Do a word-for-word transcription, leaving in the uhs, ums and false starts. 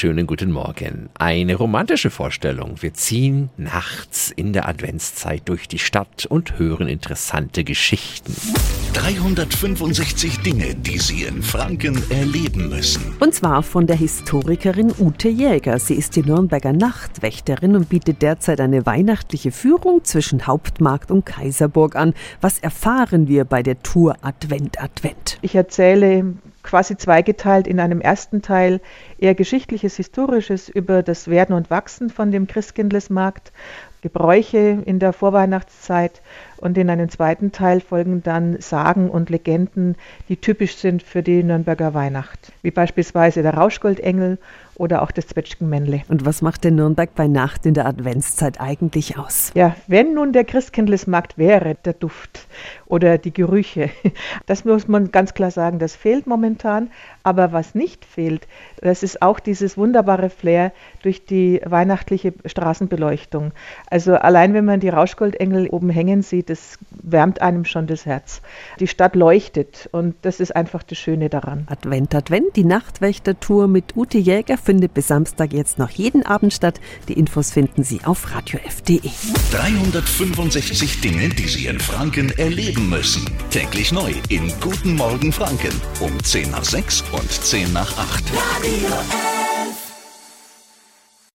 schönen guten Morgen. Eine romantische Vorstellung. Wir ziehen nachts in der Adventszeit durch die Stadt und hören interessante Geschichten. dreihundertfünfundsechzig Dinge, die Sie in Franken erleben müssen. Und zwar von der Historikerin Ute Jäger. Sie ist die Nürnberger Nachtwächterin und bietet derzeit eine weihnachtliche Führung zwischen Hauptmarkt und Kaiserburg an. Was erfahren wir bei der Tour Advent Advent? Ich erzähle quasi zweigeteilt in einem ersten Teil eher Geschichtliches, Historisches über das Werden und Wachsen von dem Christkindlesmarkt, Gebräuche in der Vorweihnachtszeit, und in einem zweiten Teil folgen dann Sagen und Legenden, die typisch sind für die Nürnberger Weihnacht, wie beispielsweise der Rauschgoldengel oder auch das Zwetschgenmännle. Und was macht denn Nürnberg bei Nacht in der Adventszeit eigentlich aus? Ja, wenn nun der Christkindlesmarkt wäre, der Duft oder die Gerüche, das muss man ganz klar sagen, das fehlt momentan. Aber was nicht fehlt, das ist auch dieses wunderbare Flair durch die weihnachtliche Straßenbeleuchtung. Also allein wenn man die Rauschgoldengel oben hängen sieht, das wärmt einem schon das Herz. Die Stadt leuchtet und das ist einfach das Schöne daran. Advent Advent, die Nachtwächtertour mit Ute Jäger findet bis Samstag jetzt noch jeden Abend statt. Die Infos finden Sie auf radio f punkt de. dreihundertfünfundsechzig Dinge, die Sie in Franken erleben müssen. Täglich neu in Guten Morgen Franken um zehn nach sechs und zehn nach acht. Radio F.